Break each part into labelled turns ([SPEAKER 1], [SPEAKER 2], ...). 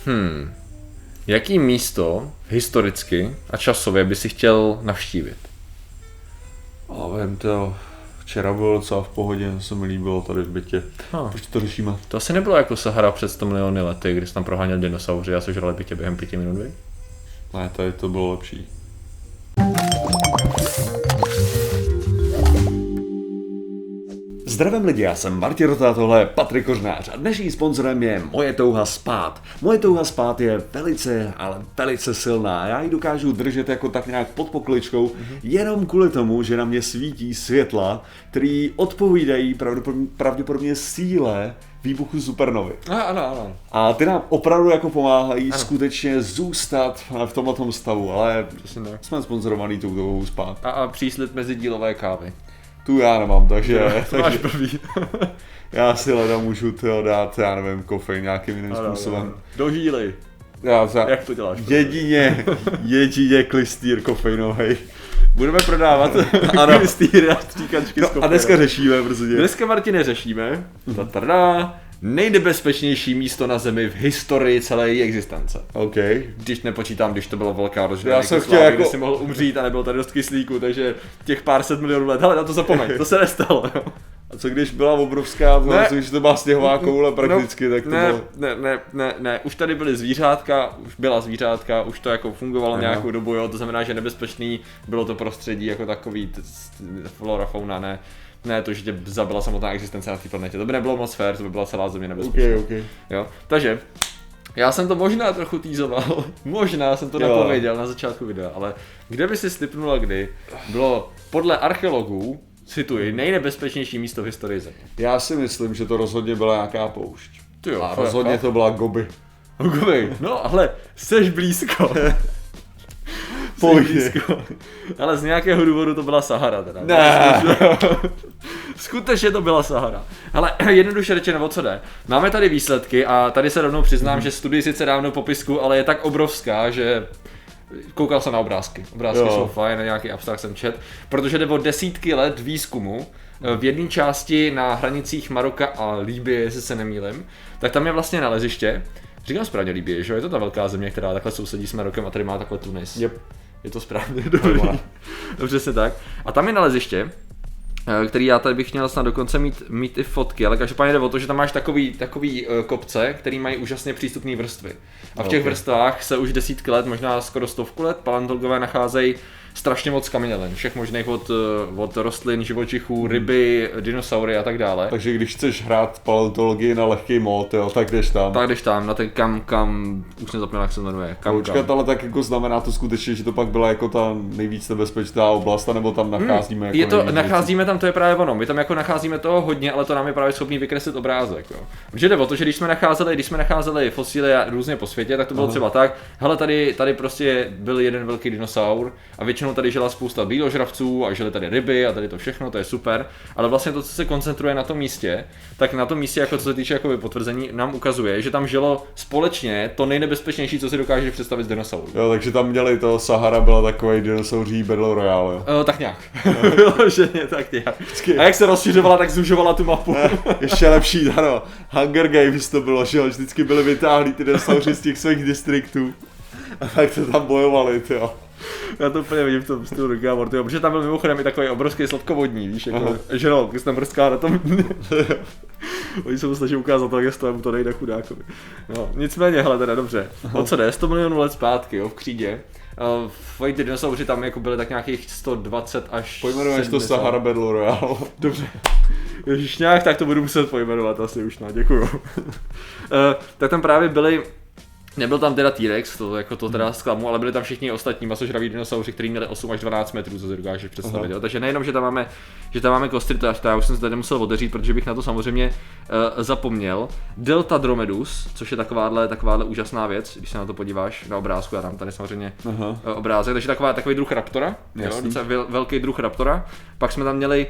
[SPEAKER 1] Jaký místo historicky a časově by si chtěl navštívit?
[SPEAKER 2] A vím to, včera bylo docela v pohodě, se mi líbilo tady v bytě. Proč to řešíme?
[SPEAKER 1] To asi nebylo jako Sahara před 100 miliony lety, kdy se tam proháněl dinosauři a sežrali bytě během 5 minut, vy?
[SPEAKER 2] Ne, tady to bylo lepší. Zdravím lidi, já jsem Martin Rota, tohle je Patrik Kořnář a dnešním sponzorem je Moje touha spát. Moje touha spát je velice, ale velice silná. Já ji dokážu držet jako tak nějak pod pokličkou, jenom kvůli tomu, že na mě svítí světla, který odpovídají pravděpodobně síle výbuchu supernovy.
[SPEAKER 1] Ano.
[SPEAKER 2] A ty nám opravdu jako pomáhají skutečně zůstat v tomhletom stavu, ale jsme sponzorovaný tou touhou spát.
[SPEAKER 1] A příslib mezdílové kávy.
[SPEAKER 2] Tu já nemám, takže
[SPEAKER 1] Máš blbý.
[SPEAKER 2] já si leda můžu dát, já nevím, kofein nějakým jiným způsobem.
[SPEAKER 1] Do žíly. Jak to děláš?
[SPEAKER 2] Jedině klystýr kofeinovej.
[SPEAKER 1] Budeme prodávat klystýry a stříkačky s
[SPEAKER 2] a dneska řešíme, prostě.
[SPEAKER 1] Dneska, Martine, řešíme nejnebezpečnější místo na Zemi v historii celé její existence.
[SPEAKER 2] OK.
[SPEAKER 1] Když nepočítám, když to byla velká rozdělení,
[SPEAKER 2] já jsem chtěl jako...
[SPEAKER 1] kdy si mohl umřít a nebylo tady dost kyslíku, takže těch pár set milionů let, hele, na to zapomeň, to se nestalo.
[SPEAKER 2] A co když byla obrovská, když to byla sněhová koule prakticky, tak to bylo...
[SPEAKER 1] Ne, už tady byly zvířátka, už to jako fungovalo nějakou dobu, jo, to znamená, že nebezpečný bylo to prostředí jako takový, flora, fauna, ne to, že tě zabila samotná existence na té planetě, to by nebylo moc fér, to by byla celá Země nebezpečná.
[SPEAKER 2] Okay.
[SPEAKER 1] Jo, takže já jsem to možná trochu týzoval, možná jsem to napověděl na začátku videa, ale kde by si slipnula, kdy bylo podle archeologů, cituji, nejnebezpečnější místo v historii Země.
[SPEAKER 2] Já si myslím, že to rozhodně byla nějaká poušť.
[SPEAKER 1] Jo,
[SPEAKER 2] a rozhodně to byla Gobi.
[SPEAKER 1] Gobi, no ale seš blízko. Ale z nějakého důvodu to byla Sahara teda.
[SPEAKER 2] Ne.
[SPEAKER 1] Skutečně to byla Sahara. Ale jednoduše řečeno, o co jde. Máme tady výsledky a tady se rovnou přiznám, že studii sice dávno popisku, ale je tak obrovská, že koukal jsem na obrázky. Obrázky jsou fajn, nějaký abstrakt jsem čet, protože jde o desítky let výzkumu v jedné části na hranicích Maroka a Libye, jestli se nemýlim, tak tam je vlastně naleziště. Říkám správně Libye, že je to ta velká země, která takhle sousedí s Marokem a tady má takhle Tunis.
[SPEAKER 2] Yep.
[SPEAKER 1] Je to správně, dobrý. Dobře se tak. A tam je naleziště, který já tady bych měl snad dokonce mít i fotky, ale každopádně jde o to, že tam máš takový kopce, který mají úžasně přístupné vrstvy. A v těch vrstvách se už desítky let, možná skoro 100 let, paleontologové nacházejí strašně moc kamenělin, všech možných od rostlin, živočichů, ryby, dinosaury a tak dále.
[SPEAKER 2] Takže když chceš hrát paleontologii na lehký mod, jo, tak jdeš tam.
[SPEAKER 1] Tak jdeš tam, na ten kam, už jsem zapomněl, jak se jmenuje.
[SPEAKER 2] Počkat, ale tak jako znamená to skutečně, že to pak byla jako ta nejvíc nebezpečná oblast, nebo tam nacházíme jako
[SPEAKER 1] nacházíme tam, to je právě ono, my tam jako nacházíme toho hodně, ale to nám je právě schopný vykreslit obrázek, jo. Protože jde o to, že když jsme nacházeli fosíly různě po světě, tak to bylo třeba tak, hele tady prostě byl jeden velký dinosaur a většinou tady žila spousta bíložravců a žily tady ryby a tady to všechno, to je super, ale vlastně to, co se koncentruje na tom místě, tak na tom místě, jako co se týče jakoby potvrzení, nám ukazuje, že tam žilo společně to nejnebezpečnější, co si dokážeš představit z dinosaurů.
[SPEAKER 2] Jo, takže tam měli to Sahara, byla takový dinosauří Battle Royale, jo.
[SPEAKER 1] Tak nějak. Vyloženě tak nějak. A jak se rozšiřovala, tak zužovala tu mapu.
[SPEAKER 2] Ještě lepší, ano. Hunger Games to bylo, že jo, vždycky byly vytáhlí ty dinosauři z těch svých distriktů. A tak se tam bojovali, jo.
[SPEAKER 1] Já to úplně vidím v tom stylu Ricka a Mortyho, protože tam byl mimochodem i takový obrovský sladkovodní, víš, jako žralok, když tam mrská na tom. Oni se mu snaží ukázat to, jak je mu to nejde chudákovi. No, nicméně, hele teda, dobře. O co jde? 100 milionů let zpátky, jo, v křídě. Ty dinosauři tam jako byly tak nějakých 120 až
[SPEAKER 2] pojmenuješ to Sahara Battle Royale.
[SPEAKER 1] Dobře. Ježiš, nějak tak to budu muset pojmenovat asi už, no, děkuju. Tak tam právě byly. Nebyl tam teda T-Rex, to teda zklamu, ale byli tam všichni ostatní masožraví dinosauři, kteří měli 8 až 12 metrů, co si dokážeš představit. Jo? Takže nejenom, že tam máme kostry, to já už jsem se tady musel otevřít, protože bych na to samozřejmě zapomněl. Delta Dromedus, což je takováhle úžasná věc, když se na to podíváš na obrázku, já tam tady samozřejmě obrázek, takže takový druh raptora, jo? Velký druh raptora. Pak jsme tam měli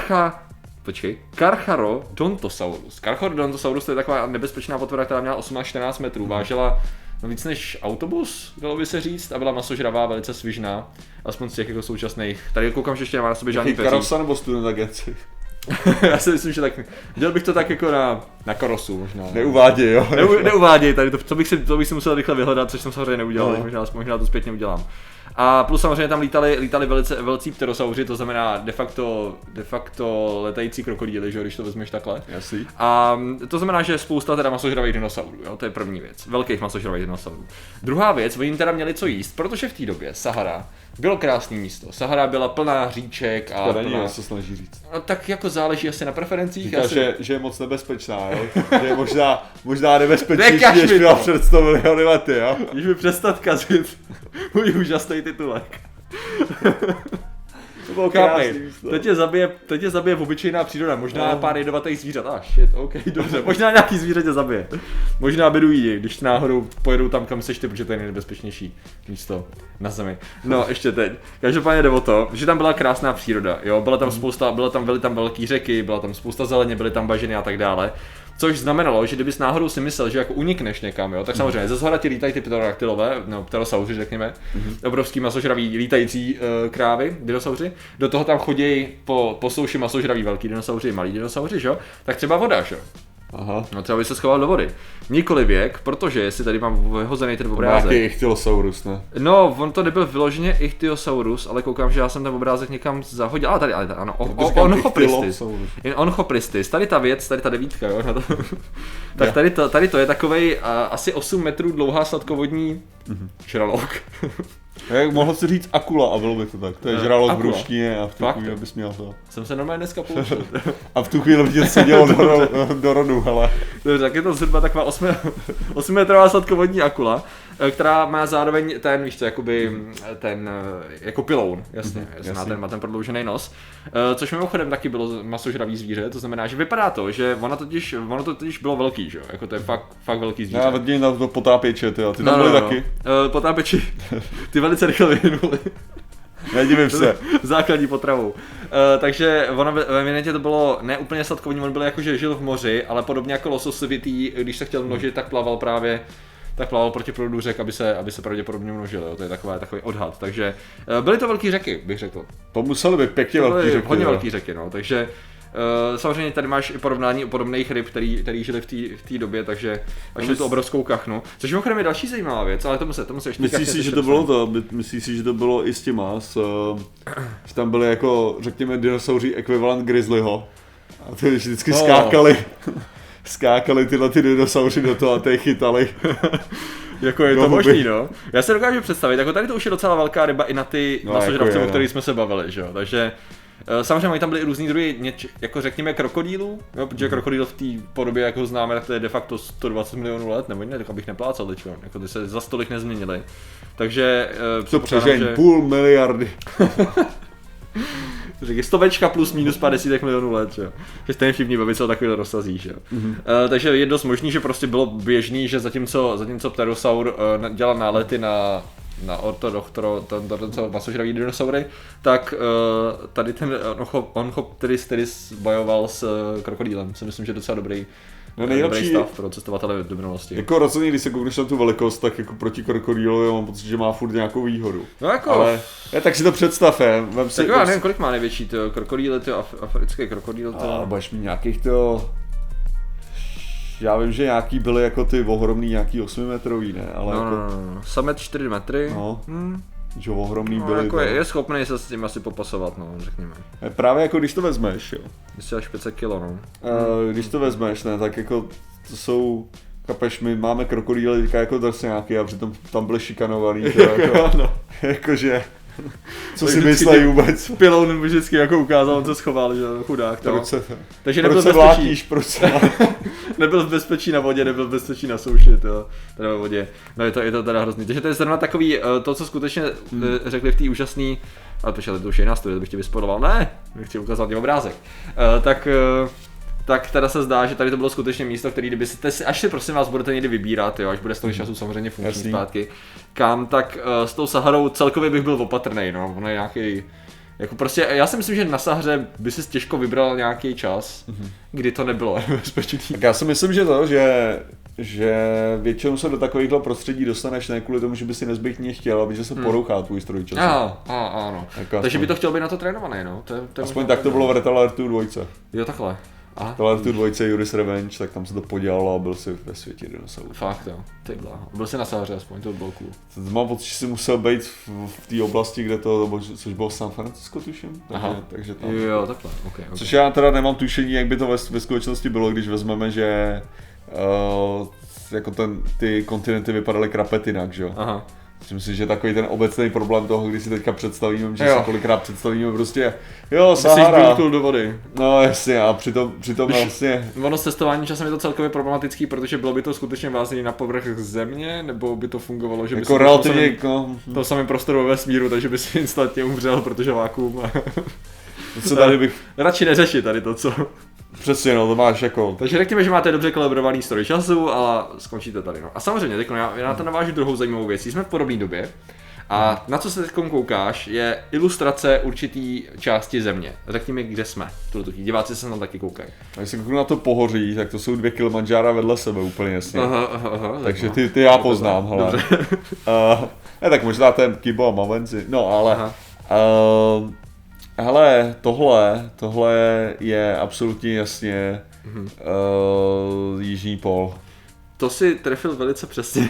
[SPEAKER 1] Carcharodontosaurus. Carcharodontosaurus to je taková nebezpečná potvora, která měla 8 až 14 metrů, vážila víc než autobus, dalo by se říct, a byla masožravá, velice svižná, aspoň z těch jako současných. Tady koukám, že ještě nemá na sobě žádný peří.
[SPEAKER 2] Karosa nebo Student Agency?
[SPEAKER 1] Já si myslím, že tak, dělal bych to tak jako na karosu možná.
[SPEAKER 2] Neuváděj, jo.
[SPEAKER 1] Neuváděj tady, to bych si musel rychle vyhledat, což jsem samozřejmě neudělal, možná to zpětně udělám. A plus samozřejmě tam lítali velice velcí pterosauři, to znamená de facto letající krokodýly, že když to vezmeš takhle.
[SPEAKER 2] Jasný.
[SPEAKER 1] A to znamená, že spousta teda masožravých dinosaurů, jo, to je první věc, velkých masožravých dinosaurů. Druhá věc, oni teda měli co jíst, protože v té době Sahara bylo krásné místo. Sahara byla plná říček a
[SPEAKER 2] plná... se snaží říct.
[SPEAKER 1] No, tak jako záleží asi na preferencích.
[SPEAKER 2] Říká, že je moc nebezpečná, jo? Že je možná nebezpečnější, než byla před 100 miliony lety, jo?
[SPEAKER 1] Když mi přestat kazit můj úžasný titulek.
[SPEAKER 2] To bylo krásný místo.
[SPEAKER 1] Teď tě zabije obyčejná příroda, možná pár jedovatých zvířat. Shit, ok, dobře, možná nějaký zvíře tě zabije. Možná beduíni, když náhodou pojedou tam, kam seš ty, protože to je nejnebezpečnější místo na zemi. No, ještě teď. Každopádně jde o to, že tam byla krásná příroda, jo, byly tam velké řeky, byla tam spousta zeleně, byly tam bažiny a tak dále. Což znamenalo, že kdybys náhodou si myslel, že jako unikneš někam, jo, tak samozřejmě ze zhora ti lítají ty pterodaktylové, no pterosauři řekněme, obrovský masožraví lítající krávy, dinosauři, do toho tam chodí po souši masožraví velký dinosauři, malí dinosauři, že jo, tak třeba voda, že jo.
[SPEAKER 2] Aha.
[SPEAKER 1] No třeba by se schoval do vody. Nikoli věk, protože jestli tady mám vyhozený ten obrázek.
[SPEAKER 2] Nějaký ichthyosaurus, ne?
[SPEAKER 1] No, on to nebyl vyloženě ichthyosaurus, ale koukám, že já jsem ten obrázek někam zahodil. Ale tady, ano, Onchopristis. Tady ta věc, tady ta devítka, jo. Tak tady to je takovej asi 8 metrů dlouhá sladkovodní žralok.
[SPEAKER 2] Jak mohl si říct akula a bylo by to tak. To je žralok v ruštině a v tu chvíli bys měl to.
[SPEAKER 1] Jsem se normálně dneska poučil.
[SPEAKER 2] A v tu chvíli by tě sedělo do rodu, hele.
[SPEAKER 1] Dobře, tak je to zhruba taková 8 metrová sladkovodní akula, která má zároveň ten, víš co, jakoby ten, jako piloun, jasně. Má ten prodloužený nos. Což mimochodem taky bylo masožravý zvíře, to znamená, že vypadá to, že ono to totiž bylo velký, že jo, jako to je fakt velký zvíře.
[SPEAKER 2] Já vidím na to potápěče, ty tam byly taky.
[SPEAKER 1] Potápěči, ty velice rychle vyhnuli.
[SPEAKER 2] Nedivím se.
[SPEAKER 1] Základní potravou. Takže ono ve Vinetě to bylo ne úplně sladkovodní, on byl jako, že žil v moři, ale podobně jako lososivitý, když se chtěl množit, tak plaval proti proudu řek, aby se pravděpodobně množil, jo. To je takový odhad, takže byly to velké řeky, bych řekl.
[SPEAKER 2] To musely být pěkně velké řeky.
[SPEAKER 1] Hodně velké řeky, no, takže samozřejmě tady máš i porovnání podobných ryb, který žili v té době, takže až tu obrovskou kachnu. Což mimochodem je další zajímavá věc, ale tomu se ještě
[SPEAKER 2] myslíš si, že to bylo i s těma, že tam byly jako, řekněme, dinosauří ekvivalent grizzlyho. A ty vždycky skákali tyhle ty dinosauři do toho a ty chytali.
[SPEAKER 1] Jako je to možný, no. Já se dokážu představit, jako tady to už je docela velká ryba i na ty masožravce, o kterých jsme se bavili, že jo, takže samozřejmě tam byly i různý druhy, jako řekněme krokodýlů, jo, protože krokodýl v té podobě, jako ho známe, tak to je de facto 120 milionů let, nebo ne, tak abych neplácal teďko, jako ty se za stolik nezměnily. Takže
[SPEAKER 2] to přežeň půl miliardy.
[SPEAKER 1] Řekl, stovečka plus minus 50 milionů let, že jo. Že stejně vtipný bavit se o takovýhle rozsazí, že jo. Takže je dost možný, že prostě bylo běžný, že zatímco pterosaur dělal nálety na masožravý dinosaury, tak tady ten Onchopristis bojoval s krokodýlem, si myslím, že docela dobrý stav pro cestovatele do minulosti.
[SPEAKER 2] Jako rozhodně, když se koukneš na tu velikost, tak jako proti krokodýlovi mám pocit, že má furt nějakou výhodu.
[SPEAKER 1] No jako...
[SPEAKER 2] Ale tak si to představ,
[SPEAKER 1] tak já nevím, kolik má největší krokodýly, africké krokodýly.
[SPEAKER 2] Budeš mít nějakých já vím, že nějaký byly jako ty ohromný, nějaký 8 metrový, ne? Ale
[SPEAKER 1] Samet 4 metry.
[SPEAKER 2] No. Že ohromný byly.
[SPEAKER 1] Jako je schopný se s tím asi popasovat, no, řekněme.
[SPEAKER 2] Právě jako když to vezmeš, jo.
[SPEAKER 1] Jsi až 500 kg, no.
[SPEAKER 2] Když to vezmeš, ne, tak jako to jsou, kapeš, my máme krokodýly teďka jako drsňáky a přitom tam byly šikanovaný, jakože, co si myslí vůbec?
[SPEAKER 1] Piloun vždycky jako ukázal, on se schoval, že chudák.
[SPEAKER 2] Takže nebyl v bezpečí.
[SPEAKER 1] Nebyl v bezpečí na vodě, nebyl v bezpečí na souši, teda ve vodě. No je to teda hrozný. Takže to je zrovna takový, to co skutečně řekli v té úžasný, ale počkej, to už je jiná studie, to bych tě vyspodoval, ne, bych chtěl ukázat tím obrázek. Tak teda se zdá, že tady to bylo skutečně místo, který kdybyste si, až si prosím vás budete někdy vybírat, jo, až bude z toho času samozřejmě funkční zpátky, kam, tak s tou Saharou celkově bych byl opatrnej, no, ono je Jako prostě, já si myslím, že na Sahaře by si těžko vybral nějaký čas, kdy to nebylo nebezpečný.
[SPEAKER 2] Tak já si myslím, že většinou se do takovýchhle prostředí dostaneš ne kvůli tomu, že by si nezbytně chtěl, aby se porouchá tvůj stroj času.
[SPEAKER 1] Ano.
[SPEAKER 2] Jako
[SPEAKER 1] Takže by to chtěl být na to trénovaný, no. To je
[SPEAKER 2] aspoň tak to bylo v Red Alertu 2.
[SPEAKER 1] Jo, takhle.
[SPEAKER 2] Red Alertu 2 Yuri's Revenge, tak tam se to podělalo a byl si ve světě dinosaurů.
[SPEAKER 1] Fakt jo, ty bláho. Byl jsi na Sahaře aspoň, to bylo cool.
[SPEAKER 2] Mám pocit, že jsi musel být v té oblasti, kde to, což bylo San Francisco tuším, takže tam.
[SPEAKER 1] Jo, takhle, okay.
[SPEAKER 2] Což já teda nemám tušení, jak by to ve skutečnosti bylo, když vezmeme, že jako ty kontinenty vypadaly krapet jinak, že jo?
[SPEAKER 1] Aha.
[SPEAKER 2] Myslím, že takový ten obecný problém toho, když si teďka představíme, že si kolikrát představíme prostě, jo, Sahara.
[SPEAKER 1] Do vody.
[SPEAKER 2] No jasně, a přitom vlastně.
[SPEAKER 1] Ono s testováním časem je to celkově problematický, protože bylo by to skutečně vázané na povrch země, nebo by to fungovalo, že by
[SPEAKER 2] jako relativně
[SPEAKER 1] to samém prostoru ve vesmíru, takže by si instantně umřel, protože vákuum.
[SPEAKER 2] Co tady bych
[SPEAKER 1] radši neřešit tady to, co.
[SPEAKER 2] Přesně, no, to máš jako.
[SPEAKER 1] Takže řekněme, že máte dobře kalibrovaný stroj času a skončíte tady. No. A samozřejmě, teď já na to navážu druhou zajímavou věc. Jsme v podobné době a na co se teď koukáš, je ilustrace určitý části země. Řekni mi, kde jsme. Diváci se tam taky koukají.
[SPEAKER 2] A když se kouknu na to pohoří, tak to jsou 2 Kilimanjára vedle sebe úplně jasně.
[SPEAKER 1] Aha,
[SPEAKER 2] takže ty já poznám, hele. Tak možná ten Kibo a Mavenzi, no ale. Hele, tohle je absolutně jasně Jižní pól.
[SPEAKER 1] To si trefil velice přesně.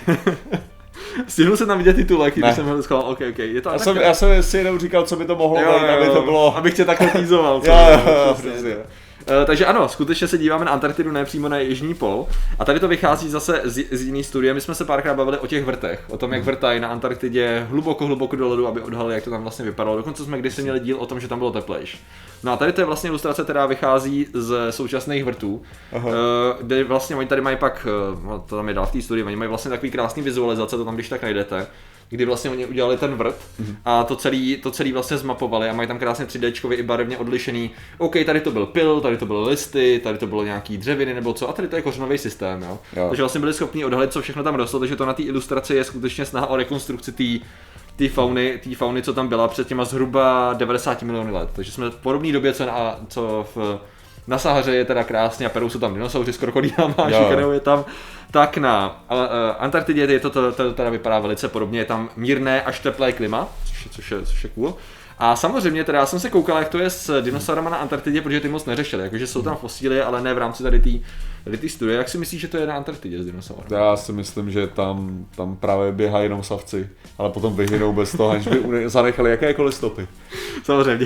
[SPEAKER 1] Stihnul jsem tam vidět titulek, když jsem ho schvál, ok, je to
[SPEAKER 2] já jsem si jenom říkal, co by to mohlo být, aby to bylo.
[SPEAKER 1] Abych tě takhle týzoval.
[SPEAKER 2] Přesně.
[SPEAKER 1] Takže ano, skutečně se díváme na Antarktidu, ne přímo na Jižní pol. A tady to vychází zase z jiný studie. My jsme se párkrát bavili o těch vrtech, o tom, jak vrtají na Antarktidě hluboko do ledu, aby odhalili, jak to tam vlastně vypadalo. Dokonce jsme kdysi měli díl o tom, že tam bylo teplejš. No a tady to je vlastně ilustrace, která vychází z současných vrtů, kde vlastně oni tady mají pak, to tam je dál v té studii, oni mají vlastně takový krásný vizualizace, to tam když tak najdete, kdy vlastně oni udělali ten vrt a to celý vlastně zmapovali a mají tam krásně 3Dčkově i barevně odlišený. OK, tady to byl pil, tady to byly listy, tady to bylo nějaký dřeviny nebo co a tady to je kořenový systém, jo. Takže vlastně byli schopni odhalit, co všechno tam rostlo, takže to na té ilustraci je skutečně snaha o rekonstrukci té fauny, co tam byla před těma zhruba 90 miliony let. Takže jsme v podobné době, co na Sahaře je teda krásně a perou jsou tam dinosauři s krokodýlama a šikanou je tam. Tak na Antarktidě je to teda vypadá velice podobně, je tam mírné až teplé klima, což je cool. A samozřejmě teda já jsem se koukal, jak to je s dinosaurama na Antarktidě, protože ty moc neřešili, jakože jsou tam fosílie, ale ne v rámci tady té studie. Jak si myslíš, že to je na Antarktidě s dinosaurem?
[SPEAKER 2] Já si myslím, že tam právě běhají jenom savci, ale potom vyhynou bez toho, aniž by zanechali jakékoliv stopy.
[SPEAKER 1] Samozřejmě.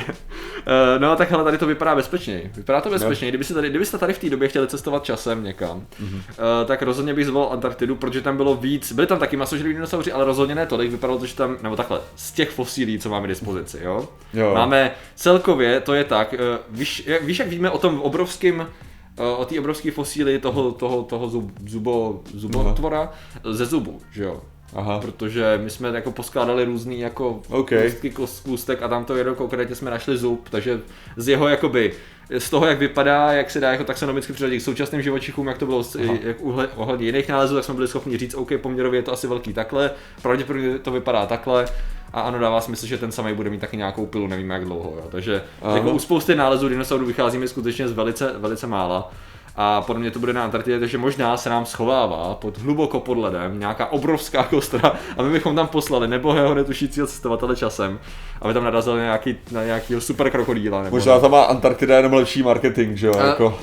[SPEAKER 1] No tak hele, tady to vypadá bezpečněji. Vypadá to bezpečněji. Kdybyste tady v té době chtěli cestovat časem někam, tak rozhodně bych zvolil Antarktidu, protože tam bylo víc. Byly tam taky masožraví dinosauři, ale rozhodně ne tolik. Vypadalo to, že tam, nebo takhle, z těch fosílí, co máme k dispozici, jo? Máme celkově, to je tak, víš, jak víme o tom obrovském o té obrovské fosíly toho zubotvora ze zubu, že jo?
[SPEAKER 2] Aha.
[SPEAKER 1] Protože my jsme jako poskládali různý jako kůstek a tam to jedno konkrétně jsme našli zub, takže z jeho jakoby, z toho jak vypadá, jak se dá jako taxonomicky přiřadit k současným živočichům, jak to bylo jak ohledně jiných nálezů, tak jsme byli schopni říct, OK, poměrově je to asi velký takhle, pravděpodobně to vypadá takhle. A ano, dává smysl, že ten samý bude mít taky nějakou pilu, nevím jak dlouho, jo. Takže jako u spousty nálezů dinosaurů vycházíme skutečně z velice mála. A podle mě to bude na Antarktidě, takže možná se nám schovává hluboko pod ledem nějaká obrovská kostra a my bychom tam poslali nebohého netušícího cestovatele časem, aby tam narazili na nějakýho super krokodýla.
[SPEAKER 2] Možná tam má Antarktida jenom lepší marketing, že jo? Jako.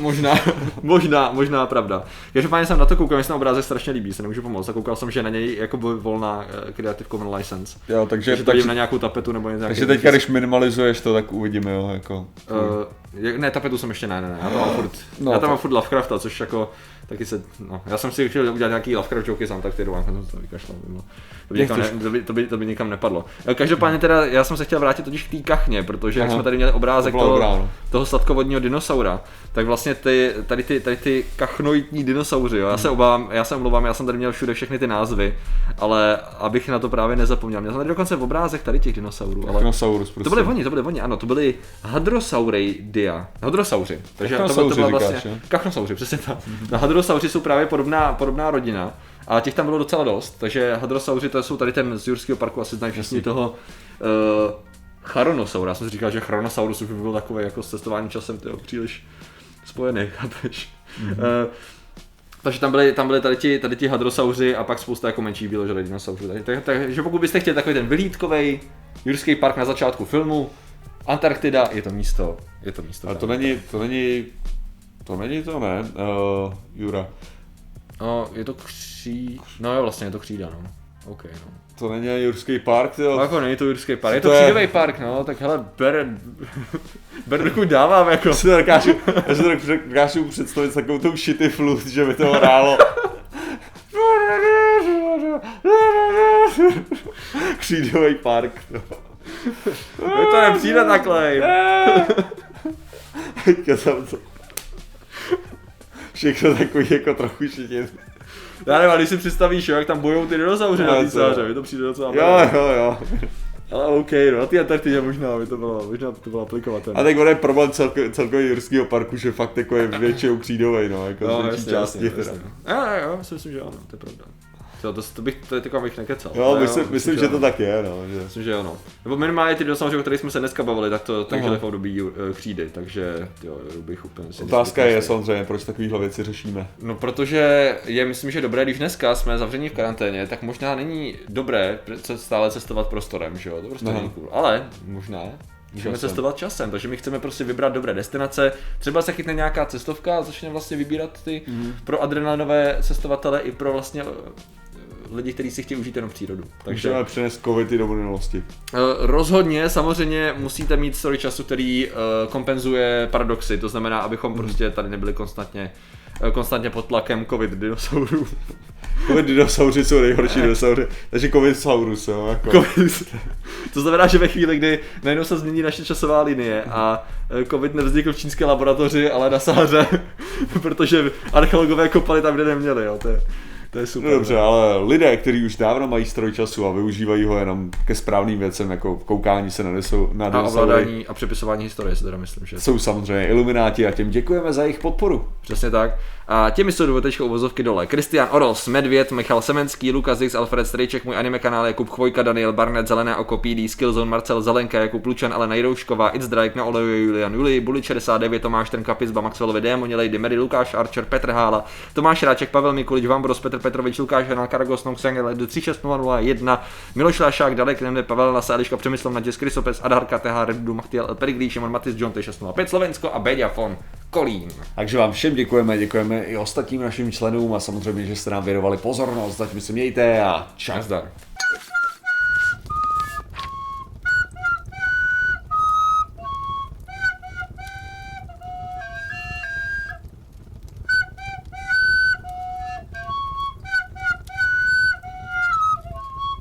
[SPEAKER 1] Možná pravda. Každopádně jsem na to koukal, mi se ten obrázek strašně líbí, se nemůžu pomoct. A koukal jsem, že na něj jako volná Creative Commons license.
[SPEAKER 2] Jo, takže
[SPEAKER 1] to jim na nějakou tapetu nebo něco.
[SPEAKER 2] Takže teďka, když minimalizuješ to, tak uvidíme, jo, jako.
[SPEAKER 1] Ne, tapetu jsem ještě ne. Já tam mám furt Lovecrafta, což jako taky se, já jsem si chtěl udělat nějaký Lovecraft joky z Antarktidu, a jsem to vykašlal. To by nikam nepadlo. Každopádně teda, já jsem se chtěl vrátit totiž k té kachně, protože jak jsme tady měli obrázek toho sladkovodního dinosaura, tak vlastně tady ty kachnoidní dinosauři, jo, já se omlouvám, já jsem tady měl všude všechny ty názvy, ale abych na to právě nezapomněl. Měl jsem tady dokonce v obrázek tady těch dinosaurů, ale to byly oni, ano, to byly hadrosauři, takže to byla vlastně kachnosauři, přesně tak. Hadrosauři jsou právě podobná rodina. A těch tam bylo docela dost, takže hadrosauři to jsou tady ten z Jurského parku, asi znají všichni toho Charonosaur, já jsem si říkal, že Chronosaurus už by byl takový jako s cestováním časem, tyjo, příliš spojený, chápeš? Takže tam byly tady ti hadrosauři a pak spousta jako menších bíložravých dinosaurů. Takže pokud byste chtěli takový ten vyhlídkový jurský park na začátku filmu, Antarktida, je to místo.
[SPEAKER 2] Ale to není to, ne, Jura.
[SPEAKER 1] No, je to no jo, vlastně je to Křída, no. OK, no.
[SPEAKER 2] To není jurský park, jo?
[SPEAKER 1] No jako není to jurský park, je to křídový park, no, tak hele, ber dokud dávám, jako.
[SPEAKER 2] Já si to dokážu představit takovou tou shitty flute, že by to hrálo. Křídový park.
[SPEAKER 1] Mně to nepřijde takhle.
[SPEAKER 2] Já tam to... Všechno takový jako trochu šitit.
[SPEAKER 1] Já nevím, když si představíš, jo, jak tam bojou ty dinosauři na té sáře, mi to přijde docela.
[SPEAKER 2] Jo.
[SPEAKER 1] Ale OK, no, na té Antarktidě možná to bylo aplikovatelné.
[SPEAKER 2] A tak on je problém celkově jurského parku, že fakt jako je většinou křídovej, no, jako z větší části.
[SPEAKER 1] Jo, myslím, že ano, to je pravda. To bych nekecal.
[SPEAKER 2] Jo, myslím, že to tak je, no. Že...
[SPEAKER 1] Myslím, že ano. Nebo minimálně ty dinosauři, o kterých jsme se dneska bavili, tak žili v období křídy, takže jo, bych úplně...
[SPEAKER 2] Otázka je samozřejmě, proč takovýhle věci řešíme.
[SPEAKER 1] No, protože myslím, že dobré, když dneska jsme zavření v karanténě, tak možná není dobré stále cestovat prostorem, že jo, to prostě není cool. Ale možná můžeme cestovat časem, takže my chceme prostě vybrat dobré destinace, třeba se chytne nějaká cestovka a začne vlastně vybírat ty pro adrenalinové cestovatele i pro vlastně lidi, kteří si chtějí užít jenom přírodu. Takže
[SPEAKER 2] můžeme přinést covidy do minulosti.
[SPEAKER 1] Rozhodně, samozřejmě musíte mít story času, který kompenzuje paradoxy, to znamená, abychom prostě tady nebyli konstantně pod tlakem covid dinosaurů.
[SPEAKER 2] Covid dinosauři jsou nejhorší dinosauři, takže covid saurus, jo, jako.
[SPEAKER 1] To znamená, že ve chvíli, kdy najednou se změní naše časová linie a covid nevznikl v čínské laboratoři, ale na Sáře, protože archeologové kopali tam, kde neměli, jo, to je super.
[SPEAKER 2] No dobře, ale lidé, kteří už dávno mají stroj času a využívají ho jenom ke správným věcem, jako koukání se na
[SPEAKER 1] a ovládání a přepisování historie, si teda myslím, že
[SPEAKER 2] jsou samozřejmě ilumináti a těm děkujeme za jejich podporu.
[SPEAKER 1] Přesně tak. A těmi jsou dvojtečkou uvozovky dole. Kristian Oros, Medvěd, Michal Semenský, Lukas X, Alfred Strejček, můj anime kanál, Jakub Chvojka, Daniel Barnett, Zelené oko, PD, Skillzone, Marcel Zelenka, Jakub Lučan, Alena Jiroušková, It's Drake, na Oleju, Julian Juli, Bully 69, Tomáš Trnka, Pizba, Maxwellovi, Démoni, Lady Mary, Lukáš Archer, Petr Hála, Tomáš Ráček, Pavel Mikulič, Vambros, Petr Petrovič, Lukáš Hanal, Karagos, Noxang, 36001, Miloš Lášák, Dalek, Nemde, Pavel Nasa, Eliška Přemyslov, Naděs, Krysopes, Adharka, TH, Redu, Machtiel, Periglí, Šimon Matis, John, 605, Slovensko a Beďafon Kolín.
[SPEAKER 2] Takže vám všem děkujeme i ostatním našim členům a samozřejmě, že jste nám věnovali pozornost, zatím se mějte a čau.
[SPEAKER 1] Nazdar.